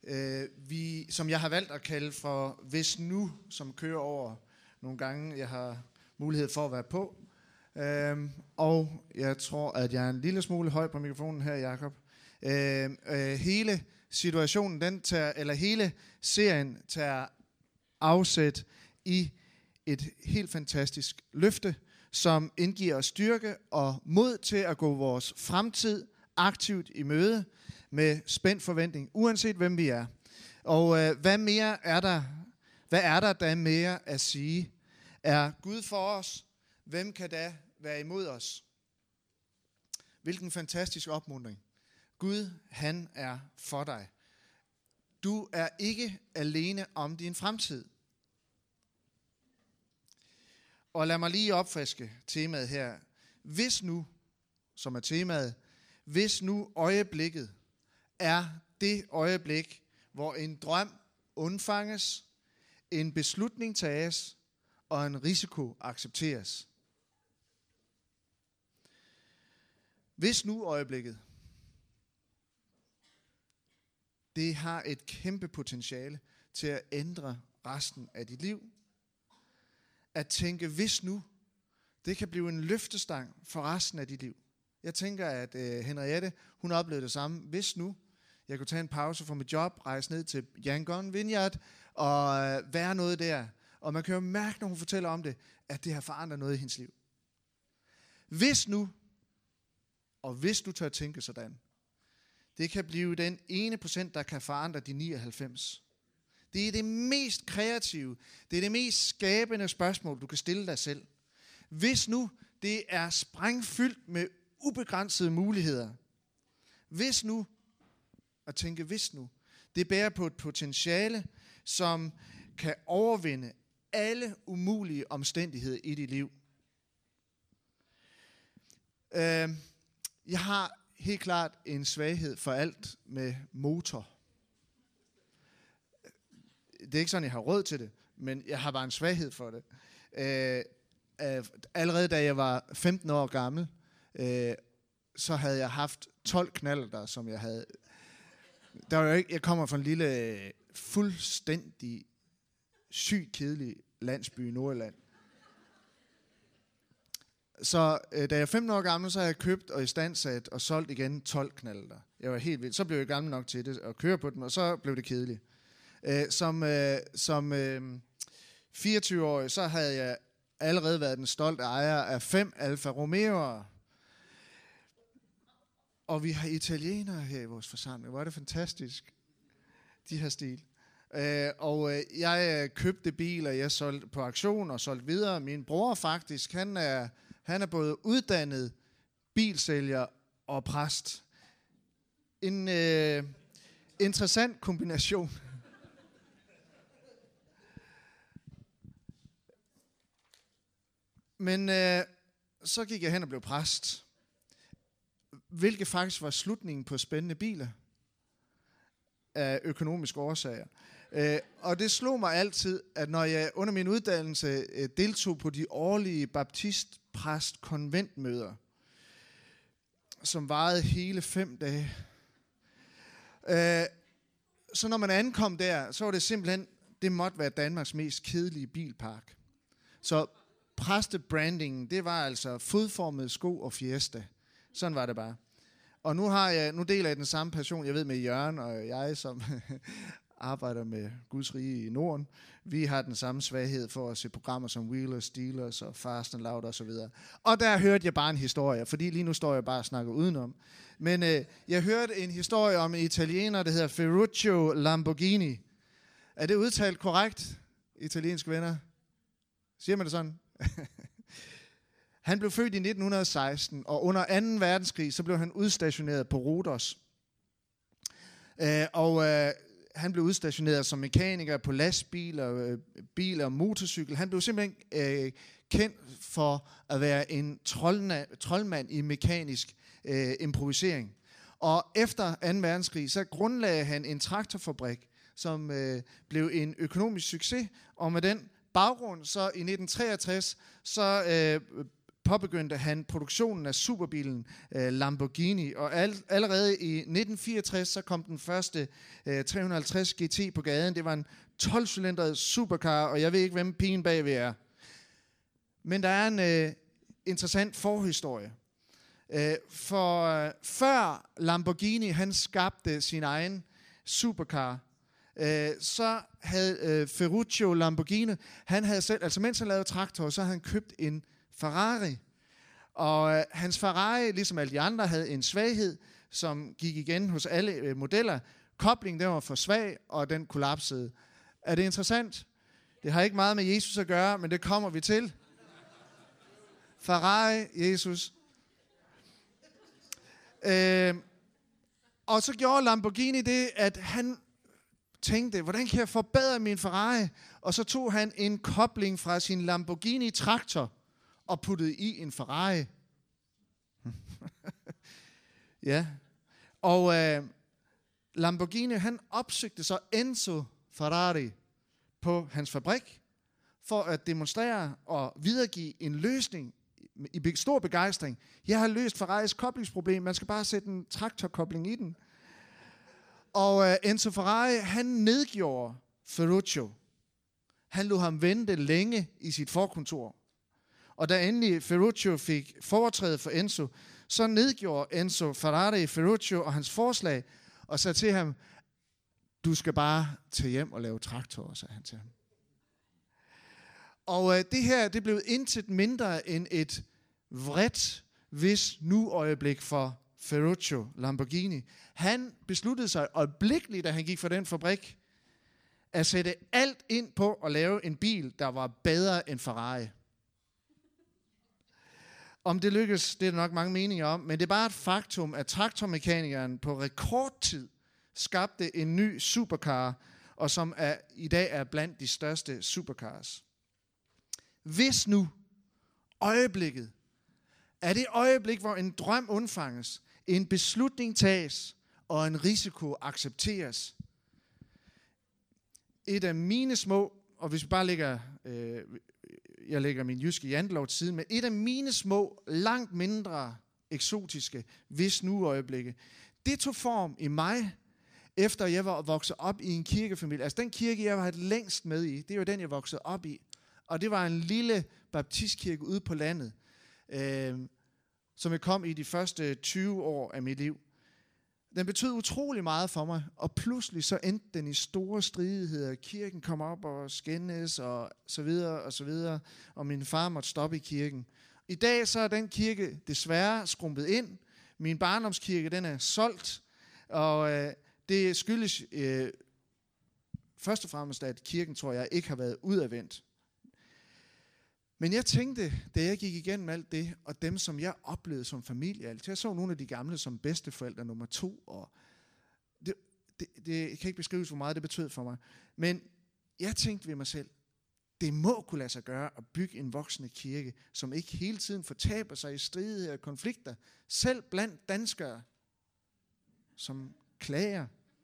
som jeg har valgt at kalde for Hvis Nu, som kører over nogle gange, jeg har mulighed for at være på. Og jeg tror, at jeg er en lille smule høj på mikrofonen her, Jakob. Hele situationen, hele serien tager afsæt i et helt fantastisk løfte, som indgiver os styrke og mod til at gå vores fremtid aktivt i møde med spændt forventning, uanset hvem vi er. Og hvad er der mere at sige? Er Gud for os? Hvem kan da være imod os? Hvilken fantastisk opmuntring. Gud, han er for dig. Du er ikke alene om din fremtid. Og lad mig lige opfriske temaet her. Hvis nu, som er temaet, hvis nu øjeblikket er det øjeblik, hvor en drøm undfanges, en beslutning tages og en risiko accepteres. Hvis nu øjeblikket, det har et kæmpe potentiale til at ændre resten af dit liv. At tænke hvis nu, det kan blive en løftestang for resten af dit liv. Jeg tænker, at Henriette, hun oplevede det samme. Hvis nu, jeg kunne tage en pause fra mit job, rejse ned til Yangon Vineyard og være noget der. Og man kan jo mærke, når hun fortæller om det, at det har forandret noget i hendes liv. Hvis nu, og hvis du tør tænke sådan, det kan blive den 1%, der kan forandre de 99%. Det er det mest kreative, det er det mest skabende spørgsmål, du kan stille dig selv. Hvis nu, det er sprængfyldt med ubegrænsede muligheder. Hvis nu, at tænke hvis nu, det bærer på et potentiale, som kan overvinde alle umulige omstændigheder i dit liv. Jeg har helt klart en svaghed for alt med motor. Det er ikke sådan, jeg har råd til det, men jeg har bare en svaghed for det. Allerede da jeg var 15 år gammel, så havde jeg haft 12 knallerter, som jeg havde. Jeg kommer fra en lille, fuldstændig sygt kedelig landsby i Nordjylland. Så da jeg er 15 år gammel, så har jeg købt og istandsat og solgt igen 12 knallerter. Jeg var helt vild. Så blev jeg gammel nok til det at køre på dem, og så blev det kedeligt. Som 24-årig, så havde jeg allerede været den stolte ejer af 5 Alfa Romeo'er. Og vi har italienere her i vores forsamling. Hvor er det fantastisk, de har stil. Jeg købte biler, jeg solgte på auktion og solgte videre. Min bror faktisk, han er både uddannet bilsælger og præst. En interessant kombination. Men så gik jeg hen og blev præst, hvilket faktisk var slutningen på spændende biler af økonomiske årsager. Og det slog mig altid, at når jeg under min uddannelse deltog på de årlige baptistpræst-konventmøder, som varede hele 5 dage, så når man ankom der, så var det simpelthen, det måtte være Danmarks mest kedelige bilpark. Så præstebrandingen, det var altså fodformede sko og Fiesta. Sådan var det bare. Og nu deler jeg den samme passion, jeg ved med Jørgen og jeg, som arbejder med Guds rige i Norden. Vi har den samme svaghed for at se programmer som Wheelers, Dealers og Fast and Loud og så videre. Og der hørte jeg bare en historie, fordi lige nu står jeg bare og snakker udenom. Men jeg hørte en historie om en italiener, der hedder Ferruccio Lamborghini. Er det udtalt korrekt, italienske venner? Siger man det sådan? Han blev født i 1916, og under 2. verdenskrig, så blev han udstationeret på Rhodos. Han blev udstationeret som mekaniker på lastbiler, biler og motorcykel. Han blev simpelthen kendt for at være en troldmand i mekanisk improvisering. Og efter 2. verdenskrig, så grundlagde han en traktorfabrik, som blev en økonomisk succes, og med den baggrund, så i 1963, så påbegyndte han produktionen af superbilen Lamborghini, og allerede i 1964 så kom den første 350 GT på gaden. Det var en 12-cylindret supercar, og jeg ved ikke, hvem pigen bagved er. Men der er en interessant forhistorie. For før Lamborghini han skabte sin egen supercar, så havde Ferruccio Lamborghini, han havde selv, altså mens han lavede traktor, så havde han købt en Ferrari. Og hans Ferrari, ligesom alle de andre, havde en svaghed, som gik igen hos alle modeller. Koblingen, den var for svag, og den kollapsede. Er det interessant? Det har ikke meget med Jesus at gøre, men det kommer vi til. Ferrari, Jesus. Og så gjorde Lamborghini det, at han tænkte, hvordan kan jeg forbedre min Ferrari? Og så tog han en kobling fra sin Lamborghini traktor og puttede i en Ferrari. Ja. Og Lamborghini, han opsøgte så Enzo Ferrari på hans fabrik for at demonstrere og videregive en løsning i stor begejstring. Jeg har løst Ferraris koblingsproblem. Man skal bare sætte en traktorkobling i den. Og Enzo Ferrari, han nedgjorde Ferruccio. Han lod ham vente længe i sit forkontor. Og da endelig Ferruccio fik foretræde for Enzo, så nedgjorde Enzo Ferrari Ferruccio og hans forslag, og sagde til ham, du skal bare tage hjem og lave traktorer, sagde han til ham. Og det her, det blev intet mindre end et vredt hvis nu øjeblik for Ferruccio Lamborghini. Han besluttede sig øjeblikkeligt, da han gik fra den fabrik, at sætte alt ind på at lave en bil, der var bedre end Ferrari. Om det lykkes, det er der nok mange meninger om, men det er bare et faktum, at traktormekanikeren på rekordtid skabte en ny supercar, og som i dag er blandt de største supercars. Hvis nu øjeblikket er det øjeblik, hvor en drøm undfanges, en beslutning tages, og en risiko accepteres. Et af mine små, og hvis vi bare lægger, jeg lægger min jyske jantelov til siden, men et af mine små, langt mindre eksotiske, hvis nu øjeblikke, det tog form i mig, efter jeg var vokset op i en kirkefamilie. Altså den kirke, jeg var længst med i, det var den, jeg voksede op i. Og det var en lille baptistkirke ude på landet, som jeg kom i de første 20 år af mit liv. Den betød utrolig meget for mig, og pludselig så endte den i store stridigheder. Kirken kom op og skændes, og så videre, og så videre, og min far måtte stoppe i kirken. I dag så er den kirke desværre skrumpet ind. Min barndomskirke, den er solgt, og det skyldes først og fremmest, at kirken, tror jeg, ikke har været udadvendt. Men jeg tænkte, da jeg gik igennem alt det, og dem, som jeg oplevede som familie, altså jeg så nogle af de gamle som bedsteforældre nummer 2, og det kan ikke beskrives, hvor meget det betød for mig. Men jeg tænkte ved mig selv, det må kunne lade sig gøre at bygge en voksende kirke, som ikke hele tiden fortaber sig i stridigheder og konflikter, selv blandt danskere, som klager.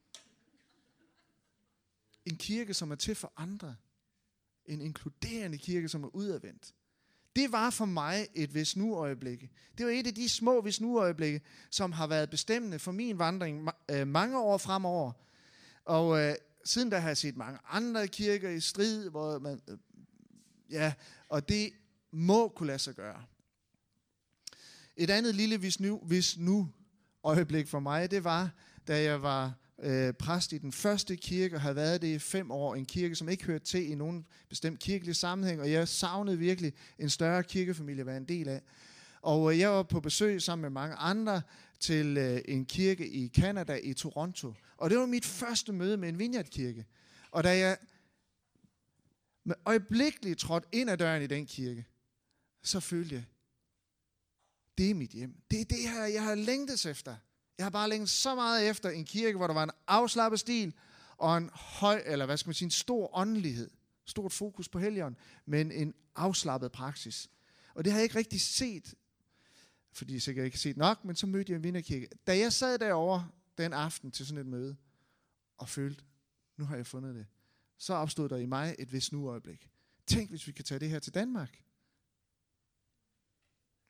En kirke, som er til for andre. En inkluderende kirke, som er udadvendt. Det var for mig et hvis nu øjeblikke. Det var et af de små hvis nu øjeblikke, som har været bestemmende for min vandring mange år fremover. Og siden da har jeg set mange andre kirker i strid, hvor man, og det må kunne lade sig gøre. Et andet lille hvis nu øjeblik for mig, det var, da jeg var præst i den første kirke, og havde været det i 5 år, en kirke, som ikke hørte til i nogen bestemt kirkelig sammenhæng, og jeg savnede virkelig en større kirkefamilie at være en del af. Og jeg var på besøg sammen med mange andre til en kirke i Canada, i Toronto. Og det var mit første møde med en vineyardkirke. Og da jeg med øjeblikkeligt trådte ind ad døren i den kirke, så følte jeg, det er mit hjem. Det er det her, jeg har længtes efter. Jeg har bare længet så meget efter en kirke, hvor der var en afslappet stil, og en en stor åndelighed. Stort fokus på Helligånden, men en afslappet praksis. Og det har jeg ikke rigtig set, fordi jeg sikkert ikke har set nok, men så mødte jeg en vinderkirke. Da jeg sad derovre den aften til sådan et møde, og følte, nu har jeg fundet det, så opstod der i mig et hvis nu øjeblik. Tænk, hvis vi kan tage det her til Danmark.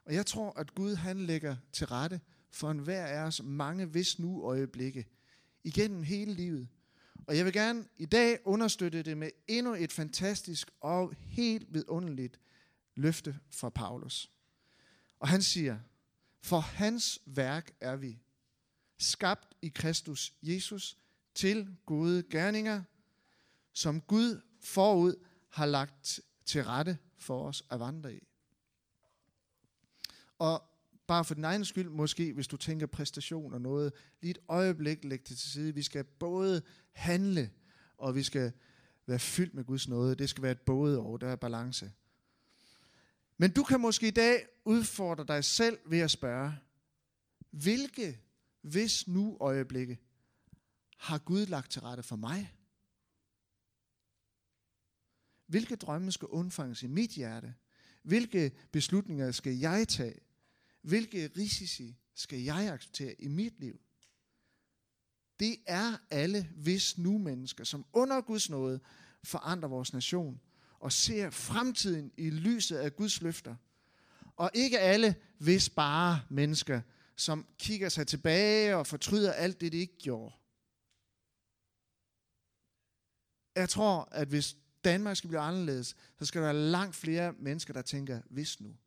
Og jeg tror, at Gud han lægger til rette for enhver af os mange hvis nu øjeblikke igennem hele livet. Og jeg vil gerne i dag understøtte det med endnu et fantastisk og helt vidunderligt løfte fra Paulus. Og han siger, for hans værk er vi, skabt i Kristus Jesus til gode gerninger, som Gud forud har lagt til rette for os at vandre i. Og bare for din egen skyld, måske hvis du tænker præstation og noget, lige et øjeblik læg det til side. Vi skal både handle, og vi skal være fyldt med Guds nåde. Det skal være et både og, der er balance. Men du kan måske i dag udfordre dig selv ved at spørge, hvilke hvis nu øjeblikke har Gud lagt til rette for mig? Hvilke drømme skal undfanges i mit hjerte? Hvilke beslutninger skal jeg tage? Hvilke risici skal jeg acceptere i mit liv? Det er alle hvis nu mennesker, som under Guds nåde forandrer vores nation og ser fremtiden i lyset af Guds løfter. Og ikke alle hvis bare mennesker, som kigger sig tilbage og fortryder alt det, de ikke gjorde. Jeg tror, at hvis Danmark skal blive anderledes, så skal der være langt flere mennesker, der tænker, hvis nu.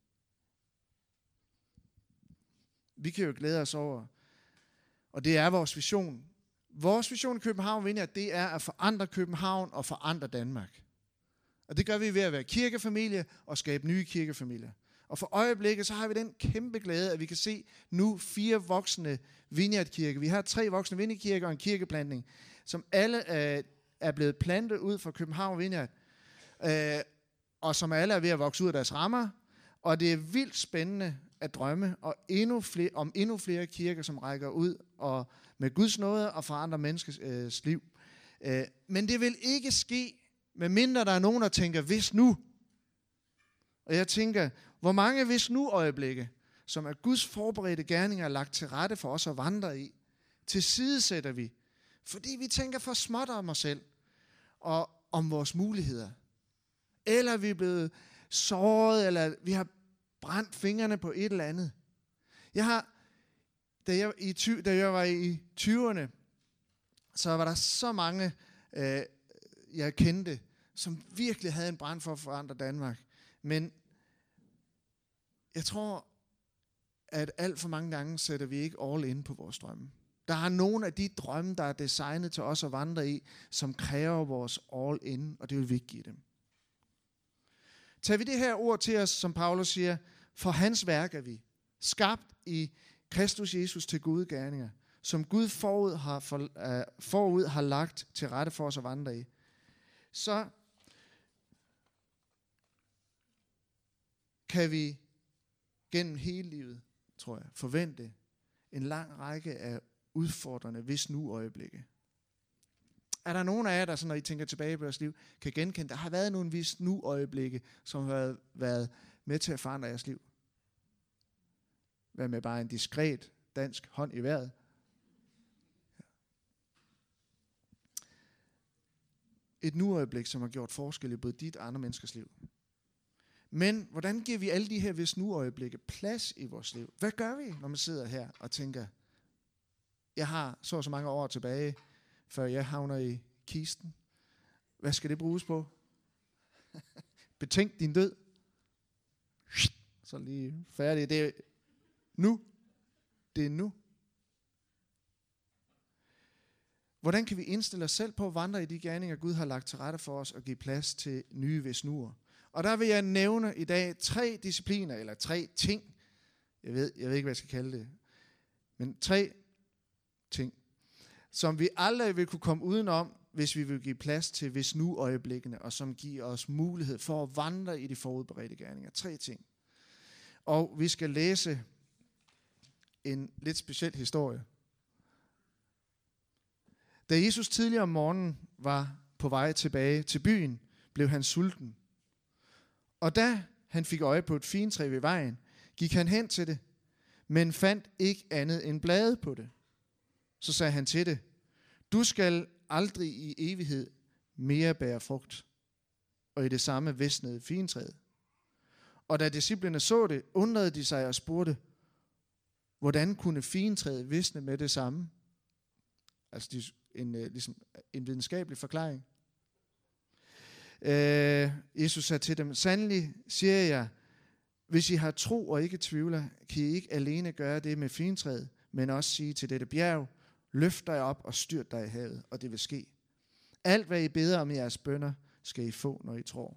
Vi kan jo glæde os over, og det er vores vision. Vores vision i København Vineyard, det er at forandre København og forandre Danmark. Og det gør vi ved at være kirkefamilie og skabe nye kirkefamilier. Og for øjeblikket, så har vi den kæmpe glæde, at vi kan se nu 4 voksne vineyardkirker. Vi har 3 voksne vineyardkirker og en kirkeplantning, som alle er blevet plantet ud fra København Vineyard, og som alle er ved at vokse ud af deres rammer. Og det er vildt spændende at drømme om endnu flere kirker, som rækker ud og med Guds nåde og forandrer menneskers liv. Men det vil ikke ske, medmindre der er nogen, der tænker, hvis nu. Og jeg tænker, hvor mange hvis nu øjeblikke, som er Guds forberedte gerninger lagt til rette for os at vandre i, tilsidesætter vi, fordi vi tænker for småt om os selv og om vores muligheder. Eller vi er blevet såret, eller vi har brændt fingrene på et eller andet. Da jeg var i 20'erne, så var der så mange, jeg kendte, som virkelig havde en brand for at forandre Danmark. Men jeg tror, at alt for mange gange sætter vi ikke all in på vores drømme. Der er nogle af de drømme, der er designet til os at vandre i, som kræver vores all in, og det vil vi ikke give dem. Tager vi det her ord til os, som Paulus siger, for hans værk er vi, skabt i Kristus Jesus til gode gerninger, som Gud forud har lagt til rette for os at vandre i, så kan vi gennem hele livet, tror jeg, forvente en lang række af udfordrende hvis nu øjeblikke. Er der nogen af jer, der, så når I tænker tilbage på jeres liv, kan genkende, der har været nogle hvis nu øjeblikke, som har været med til at forandre jeres liv? Hvad med bare en diskret dansk hånd i vejret? Et nu-øjeblik, som har gjort forskel i både dit og andre menneskers liv. Men hvordan giver vi alle de her hvis nu-øjeblikke plads i vores liv? Hvad gør vi, når man sidder her og tænker, jeg har så og så mange år tilbage, før jeg havner i kisten. Hvad skal det bruges på? Betænk din død. Så lige færdig. Det er nu. Det er nu. Hvordan kan vi indstille os selv på at vandre i de gerninger, Gud har lagt til rette for os, og give plads til nye hvis nuer? Og der vil jeg nævne i dag 3 discipliner, eller 3 ting. Jeg ved ikke, hvad jeg skal kalde det. Men 3 ting, som vi aldrig vil kunne komme udenom, hvis vi vil give plads til hvis nu øjeblikkene, og som giver os mulighed for at vandre i de forudberedte gerninger. 3 ting. Og vi skal læse en lidt speciel historie. Da Jesus tidligere om morgenen var på vej tilbage til byen, blev han sulten. Og da han fik øje på et fintræ ved vejen, gik han hen til det, men fandt ikke andet end blade på det. Så sagde han til det, du skal aldrig i evighed mere bære frugt. Og i det samme visnede fintræet. Og da disciplene så det, undrede de sig og spurgte, hvordan kunne figentræet visne med det samme? Altså ligesom en videnskabelig forklaring. Jesus sagde til dem, sandelig siger jeg, hvis I har tro og ikke tvivler, kan I ikke alene gøre det med figentræet, men også sige til dette bjerg, løft dig op og styrt dig i havet, og det vil ske. Alt hvad I beder om i jeres bønner, skal I få, når I tror.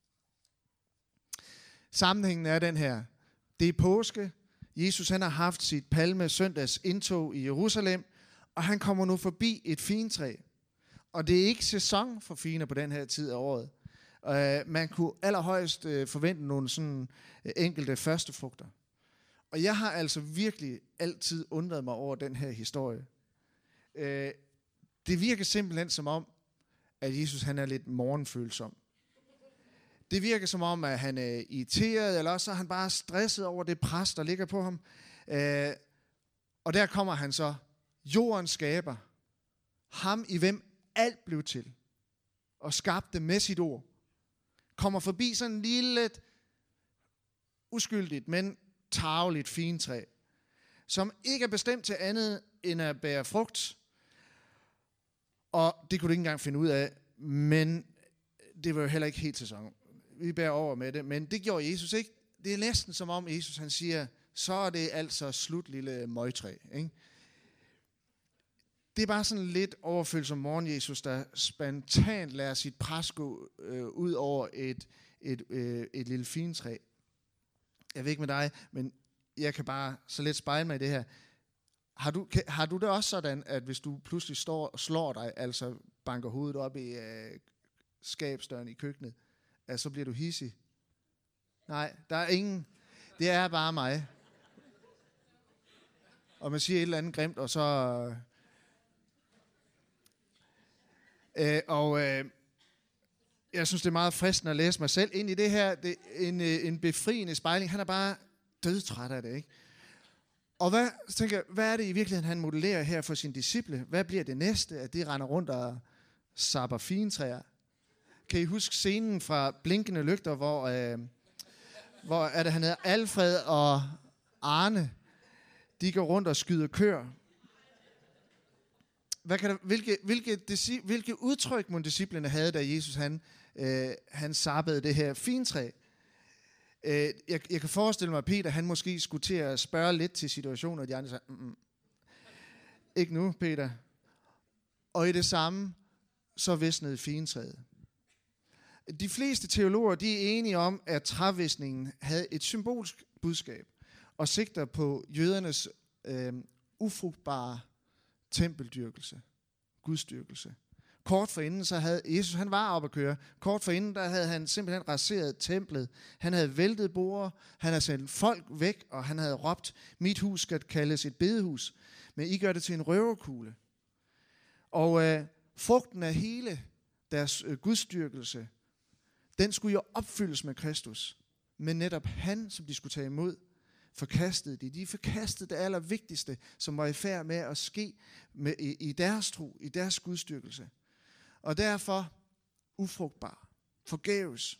Sammenhængen er den her. Det er påske. Jesus han har haft sit palme søndags indtog i Jerusalem, og han kommer nu forbi et figentræ. Og det er ikke sæson for figner på den her tid af året. Man kunne allerhøjst forvente nogle sådan enkelte førstefrugter. Og jeg har altså virkelig altid undret mig over den her historie. Det virker simpelthen som om, at Jesus han er lidt morgenfølsom. Det virker som om, at han er irriteret, eller også er han bare stresset over det pres, der ligger på ham. Og der kommer han så, jordens skaber, ham i hvem alt blev til, og skabte med sit ord, kommer forbi sådan en lille, uskyldigt, men tarveligt figentræ, som ikke er bestemt til andet end at bære frugt. Og det kunne du ikke engang finde ud af, men det var jo heller ikke helt sæson. Vi bærer over med det, men det gjorde Jesus ikke. Det er næsten som om Jesus han siger, så er det altså slut lille møgtræ. Ikke? Det er bare sådan lidt overfølsom morgen Jesus, der spontant lader sit pres gå ud over et lille figentræ. Jeg ved ikke med dig, men jeg kan bare så let spejle mig i det her. Har du det også sådan, at hvis du pludselig står og slår dig, altså banker hovedet op i skabsdøren i køkkenet, at så bliver du hidsig? Nej, der er ingen. Det er bare mig. Og man siger et eller andet grimt, og så... jeg synes, det er meget fristende at læse mig selv ind i det her. Det er en befriende spejling. Han er bare dødtræt af det, ikke? Og hvad er det i virkeligheden, han modellerer her for sine disciple? Hvad bliver det næste, at de render rundt og sapper figentræer? Kan I huske scenen fra Blinkende Lygter, hvor er det, han hedder Alfred og Arne, de går rundt og skyder køer. Hvilke udtryk må disciplene havde, da Jesus han sappede det her figentræ? Jeg kan forestille mig, at Peter han måske skulle til at spørge lidt til situationen, og de andre sagde, ikke nu, Peter. Og i det samme, så visnede figentræet. De fleste teologer de er enige om, at trævisningen havde et symbolsk budskab, og sigter på jødernes ufrugtbare tempeldyrkelse, gudsdyrkelse. Kort forinden, så havde Jesus, han var oppe at køre. Kort forinden, der havde han simpelthen raseret templet. Han havde væltet borde, han havde sendt folk væk, og han havde råbt, mit hus skal kaldes et bedehus, men I gør det til en røverkugle. Og frugten af hele deres gudsdyrkelse, den skulle jo opfyldes med Kristus. Men netop han, som de skulle tage imod, forkastede de. De forkastede det allervigtigste, som var i færd med at ske i deres tro, i deres gudsdyrkelse. Og derfor ufrugtbar, forgæves.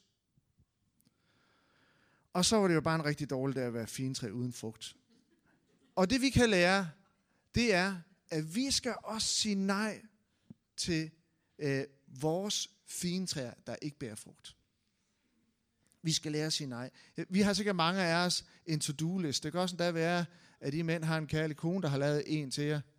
Og så var det jo bare en rigtig dårlig dag at være figentræ uden frugt. Og det vi kan lære, det er, at vi skal også sige nej til vores figentræer, der ikke bærer frugt. Vi skal lære at sige nej. Vi har sikkert mange af os en to-do-liste. Det kan også endda være, at I mænd har en kærlig kone, der har lavet en til jer.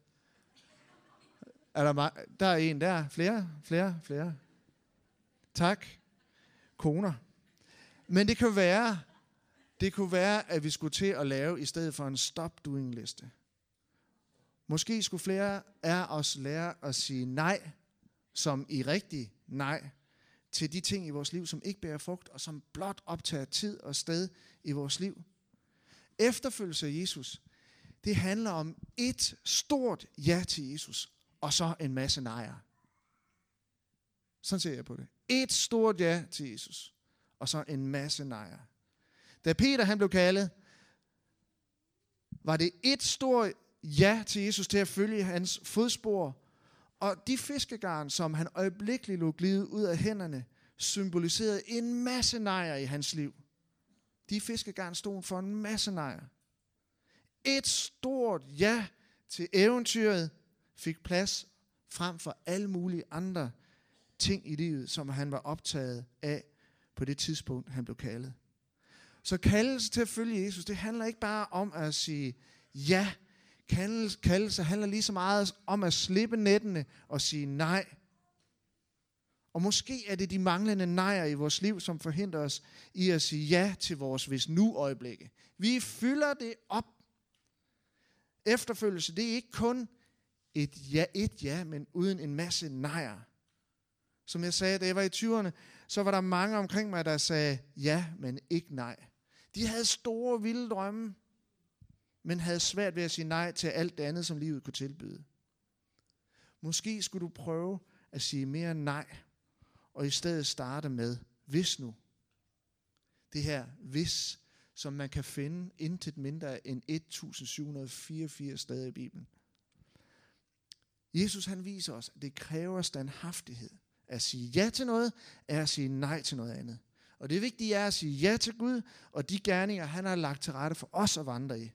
Der er en der. Flere. Tak. Koner. Men det kunne være, at vi skulle til at lave i stedet for en stop-doing-liste. Måske skulle flere af os lære at sige nej, som i rigtig nej, til de ting i vores liv, som ikke bærer frugt, og som blot optager tid og sted i vores liv. Efterfølgelse af Jesus, det handler om et stort ja til Jesus, og så en masse nejer. Sådan ser jeg på det. Et stort ja til Jesus, og så en masse nejer. Da Peter han blev kaldet, var det et stort ja til Jesus til at følge hans fodspor, og de fiskegarn, som han øjeblikkeligt lod glide ud af hænderne, symboliserede en masse nejer i hans liv. De fiskegarn stod for en masse nejer. Et stort ja til eventyret fik plads frem for alle mulige andre ting i livet, som han var optaget af på det tidspunkt, han blev kaldet. Så kaldelse til at følge Jesus, det handler ikke bare om at sige ja. Kaldelse handler lige så meget om at slippe nettene og sige nej. Og måske er det de manglende nejer i vores liv, som forhindrer os i at sige ja til vores hvis nu øjeblikke. Vi fylder det op. Efterfølgelse, det er ikke kun et ja, men uden en masse nejer. Som jeg sagde, da jeg var i 20'erne, så var der mange omkring mig, der sagde ja, men ikke nej. De havde store, vilde drømme, men havde svært ved at sige nej til alt det andet, som livet kunne tilbyde. Måske skulle du prøve at sige mere nej, og i stedet starte med hvis nu. Det her hvis, som man kan finde intet mindre end 1784 steder i Bibelen. Jesus han viser os, at det kræver standhaftighed. At sige ja til noget, er at sige nej til noget andet. Og det vigtige er at sige ja til Gud, og de gerninger, han har lagt til rette for os at vandre i.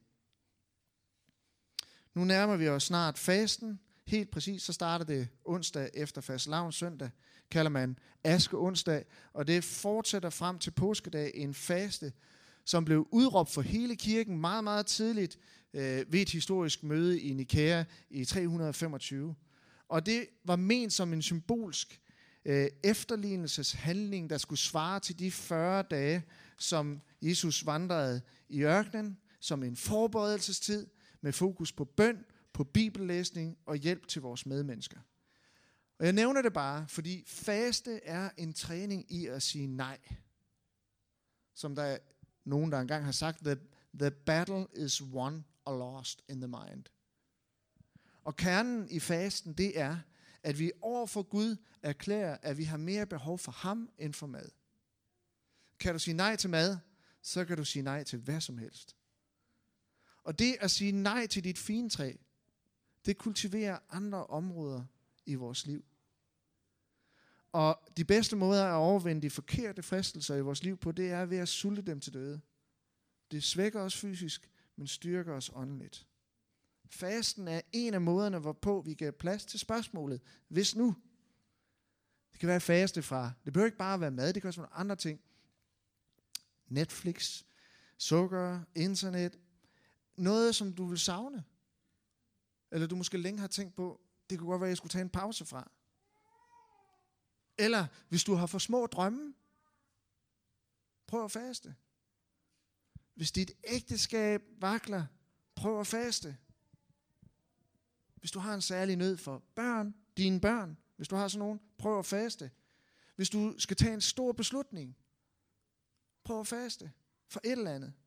Nu nærmer vi os snart fasten. Helt præcis, så starter det onsdag efter fastelavns søndag, kalder man aske onsdag, og det fortsætter frem til påskedag, en faste, som blev udråbt for hele kirken meget, meget tidligt ved et historisk møde i Nikæa i 325. Og det var ment som en symbolsk efterlignelseshandling, der skulle svare til de 40 dage, som Jesus vandrede i ørkenen, som en forberedelsestid med fokus på bøn, på bibellæsning og hjælp til vores medmennesker. Og jeg nævner det bare, fordi faste er en træning i at sige nej. Som der er nogen, der engang har sagt, the battle is won or lost in the mind. Og kernen i fasten, det er, at vi over for Gud erklærer, at vi har mere behov for ham end for mad. Kan du sige nej til mad, så kan du sige nej til hvad som helst. Og det at sige nej til dit fintræ, det kultiverer andre områder i vores liv. Og de bedste måder at overvinde de forkerte fristelser i vores liv på, det er ved at sulte dem til døde. Det svækker os fysisk, men styrker os åndeligt. Fasten er en af måderne, hvorpå vi giver plads til spørgsmålet, hvis nu. Det kan være faste fra, det behøver ikke bare være mad, det kan også være andre ting. Netflix, sukker, internet, noget som du vil savne. Eller du måske længe har tænkt på, det kunne godt være, at jeg skulle tage en pause fra. Eller hvis du har for små drømme, prøv at faste. Hvis dit ægteskab vakler, prøv at faste. Hvis du har en særlig nød for dine børn, hvis du har sådan nogen, prøv at faste. Hvis du skal tage en stor beslutning, prøv at faste for et eller andet.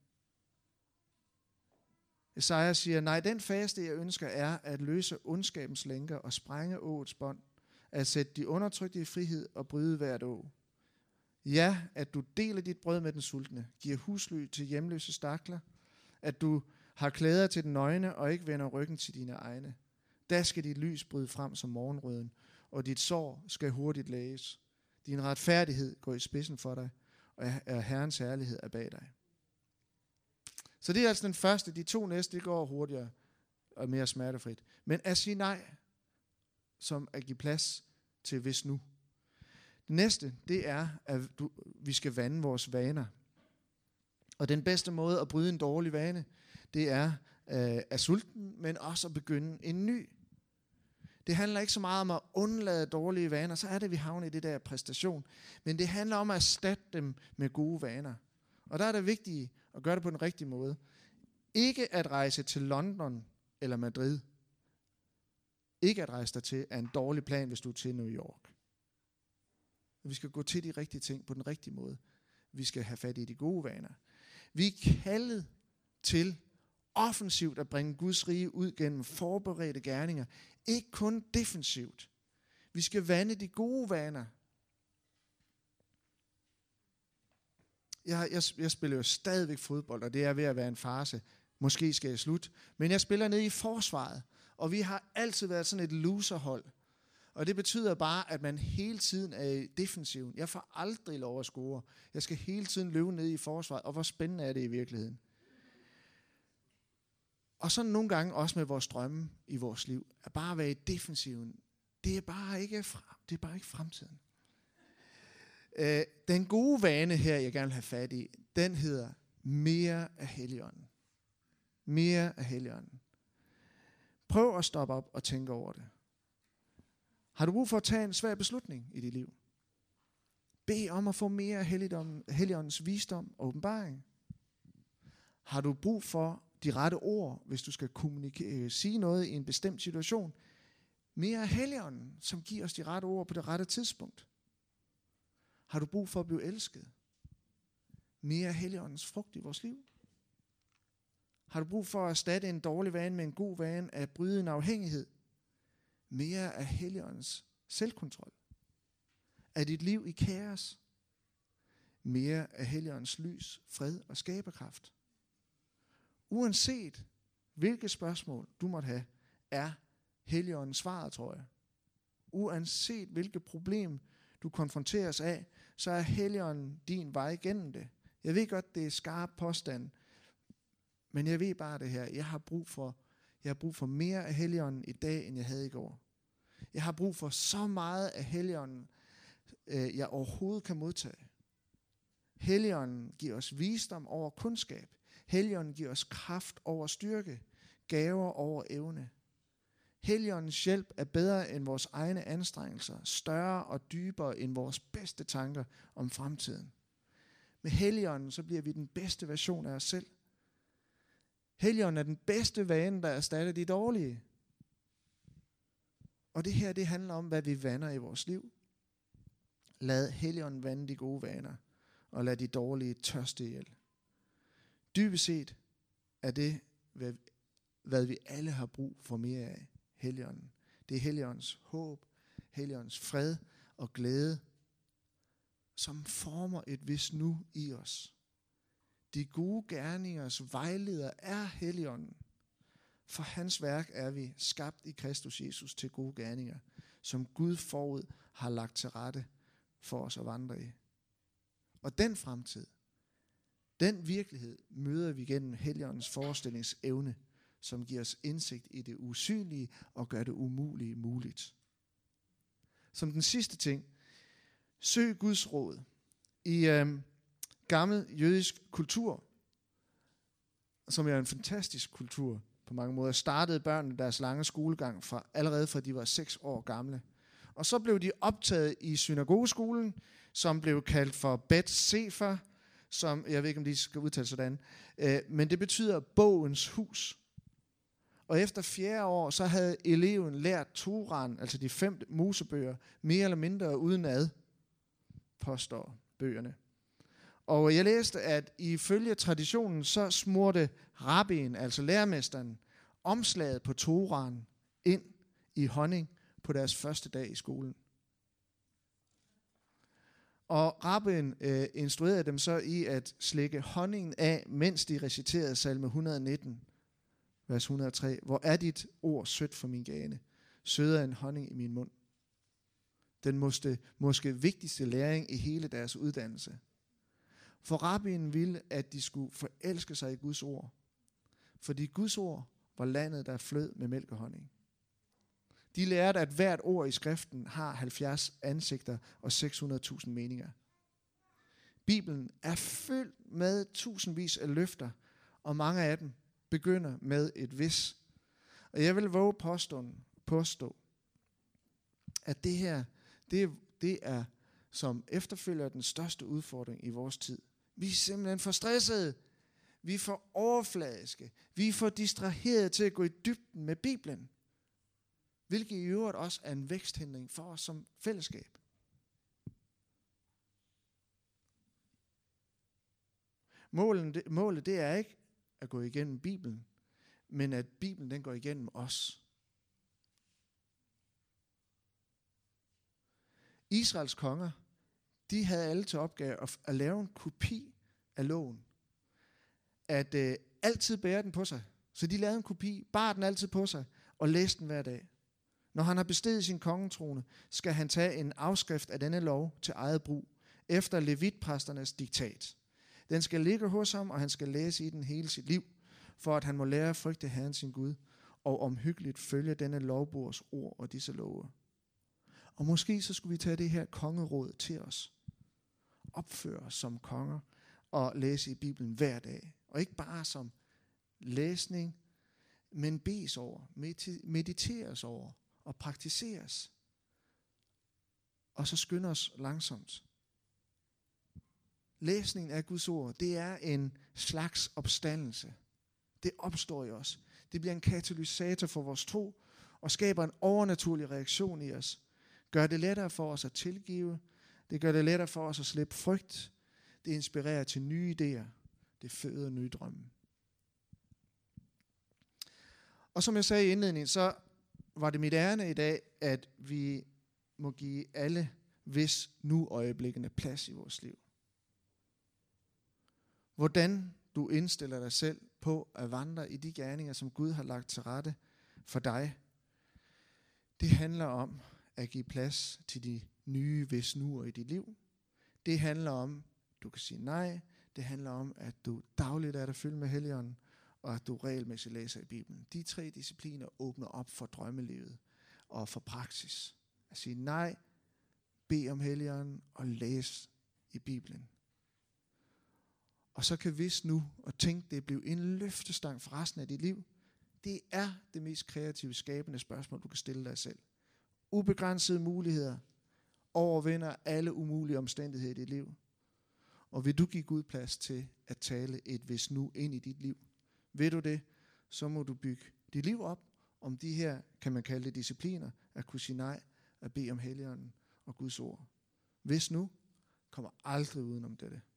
Esaja siger, nej, den faste, jeg ønsker, er at løse ondskabens lænker og sprænge åets bånd, at sætte de undertrykte i frihed og bryde hvert å. Ja, at du deler dit brød med den sultne, giver husly til hjemløse stakler, at du har klæder til den nøgne og ikke vender ryggen til dine egne. Da skal dit lys bryde frem som morgenrøden, og dit sår skal hurtigt læges. Din retfærdighed går i spidsen for dig, og Herrens herlighed er bag dig. Så det er altså den første. De to næste, det går hurtigere og mere smertefrit. Men at sige nej, som at give plads til hvis nu. Det næste, det er, at vi skal vande vores vaner. Og den bedste måde at bryde en dårlig vane, det er at sulten, men også at begynde en ny. Det handler ikke så meget om at undlade dårlige vaner, så er det, vi havner i det der præstation. Men det handler om at erstatte dem med gode vaner. Og der er det vigtigt at gøre det på den rigtige måde. Ikke at rejse til London eller Madrid. Ikke at rejse dertil er en dårlig plan, hvis du er til New York. Vi skal gå til de rigtige ting på den rigtige måde. Vi skal have fat i de gode vaner. Vi er kaldet til offensivt at bringe Guds rige ud gennem forberedte gerninger. Ikke kun defensivt. Vi skal vande de gode vaner. Jeg spiller jo stadigvæk fodbold, og det er ved at være en farce. Måske skal jeg slutte. Men jeg spiller ned i forsvaret, og vi har altid været sådan et loserhold. Og det betyder bare, at man hele tiden er i defensiven. Jeg får aldrig lov at score. Jeg skal hele tiden løbe ned i forsvaret. Og hvor spændende er det i virkeligheden? Og så nogle gange også med vores drømme i vores liv. At bare være i defensiven. Det er bare ikke fremtiden. Den gode vane her, jeg gerne vil have fat i, den hedder mere af Helligånden. Mere af Helligånden. Prøv at stoppe op og tænke over det. Har du brug for at tage en svær beslutning i dit liv? Bed om at få mere af Helligåndens visdom og åbenbaring. Har du brug for de rette ord, hvis du skal sige noget i en bestemt situation? Mere af Helligånden, som giver os de rette ord på det rette tidspunkt. Har du brug for at blive elsket? Mere af Helligåndens frugt i vores liv. Har du brug for at erstatte en dårlig vane med en god vane, at bryde en afhængighed? Mere af Helligåndens selvkontrol. Er dit liv i kaos? Mere af Helligåndens lys, fred og skaberkraft. Uanset hvilke spørgsmål du måtte have, er Helligånden svaret, tror jeg. Uanset hvilket problem du konfronteres af, så er Helligånden din vej igennem det. Jeg ved godt, det er skarp påstand, men jeg ved bare det her. Jeg har brug for mere af Helligånden i dag, end jeg havde i går. Jeg har brug for så meget af Helligånden, jeg overhovedet kan modtage. Helligånden giver os visdom over kundskab. Helligånden giver os kraft over styrke, gaver over evne. Helligåndens hjælp er bedre end vores egne anstrengelser, større og dybere end vores bedste tanker om fremtiden. Med Helligånden så bliver vi den bedste version af os selv. Helligånden er den bedste vane, der erstatter de dårlige. Og det her, det handler om, hvad vi vander i vores liv. Lad Helligånden vande de gode vaner, og lad de dårlige tørste ihjel. Dybest set er det, hvad vi alle har brug for mere af. Helligånden. Det er Helligåndens håb, Helligåndens fred og glæde, som former et hvis nu i os. De gode gerningers vejleder er Helligånden. For hans værk er vi skabt i Kristus Jesus til gode gerninger, som Gud forud har lagt til rette for os at vandre i. Og den fremtid, den virkelighed møder vi gennem Helligåndens forestillingsevne, som giver os indsigt i det usynlige og gør det umulige muligt. Som den sidste ting, søg Guds råd. I gammel jødisk kultur, som er en fantastisk kultur på mange måder, startede børnene deres lange skolegang allerede fra de var 6 år gamle. Og så blev de optaget i synagogeskolen, som blev kaldt for Bet Sefer, som, jeg ved ikke, om de skal udtale sådan, men det betyder bogens hus. Og efter 4. år, så havde eleven lært Toraen, altså de 5 Mosebøger, mere eller mindre udenad, påstår bøgerne. Og jeg læste, at ifølge traditionen, så smurte rabbien, altså lærermesteren, omslaget på Toraen ind i honning på deres første dag i skolen. Og rabbien instruerede dem så i at slikke honningen af, mens de reciterede salme 119, vers 103. Hvor er dit ord sødt for min gane, sødere end honning i min mund. Den måske vigtigste læring i hele deres uddannelse. For rabbien ville, at de skulle forelske sig i Guds ord. Fordi Guds ord var landet, der flød med mælk og honning. De lærte, at hvert ord i skriften har 70 ansigter og 600.000 meninger. Bibelen er fyldt med tusindvis af løfter, og mange af dem begynder med et hvis. Og jeg vil våge påstå, at det her, det er som efterfølger den største udfordring i vores tid. Vi er simpelthen for stressede. Vi er for overfladiske. Vi er for distraheret til at gå i dybden med Bibelen. Hvilket i øvrigt også er en væksthindring for os som fællesskab. Målet det er ikke at gå igennem Bibelen, men at Bibelen den går igennem os. Israels konger, de havde alle til opgave at lave en kopi af loven. At altid bære den på sig. Så de lavede en kopi, bar den altid på sig og læste den hver dag. Når han har besteget sin kongetrone, skal han tage en afskrift af denne lov til eget brug, efter levitpræsternes diktat. Den skal ligge hos ham, og han skal læse i den hele sit liv, for at han må lære at frygte Herren sin Gud, og omhyggeligt følge denne lovbogs ord og disse love. Og måske så skulle vi tage det her kongeråd til os. Opføre os som konger og læse i Bibelen hver dag. Og ikke bare som læsning, men bes over, mediteres over og praktiseres. Og så skynde os langsomt. Læsningen af Guds ord, det er en slags opstandelse. Det opstår i os. Det bliver en katalysator for vores tro og skaber en overnaturlig reaktion i os. Gør det lettere for os at tilgive. Det gør det lettere for os at slippe frygt. Det inspirerer til nye idéer. Det føder nye drømme. Og som jeg sagde i indledningen, så var det mit ærne i dag, at vi må give alle hvis nu øjeblikkene plads i vores liv. Hvordan du indstiller dig selv på at vandre i de gerninger, som Gud har lagt til rette for dig, det handler om at give plads til de nye hvis nu'er i dit liv. Det handler om, du kan sige nej. Det handler om, at du dagligt er der fyldt med Helligånden, og at du regelmæssigt læser i Bibelen. De 3 discipliner åbner op for drømmelivet og for praksis. At sige nej, bed om Helligånden og læs i Bibelen. Og så kan hvis nu og tænk, det blive en løftestang for resten af dit liv. Det er det mest kreative, skabende spørgsmål, du kan stille dig selv. Ubegrænsede muligheder overvinder alle umulige omstændigheder i dit liv. Og vil du give Gud plads til at tale et hvis nu ind i dit liv? Vil du det, så må du bygge dit liv op om de her, kan man kalde det discipliner, at kunne sige nej, at bede om Helligånden og Guds ord. Hvis nu kommer aldrig udenom dette.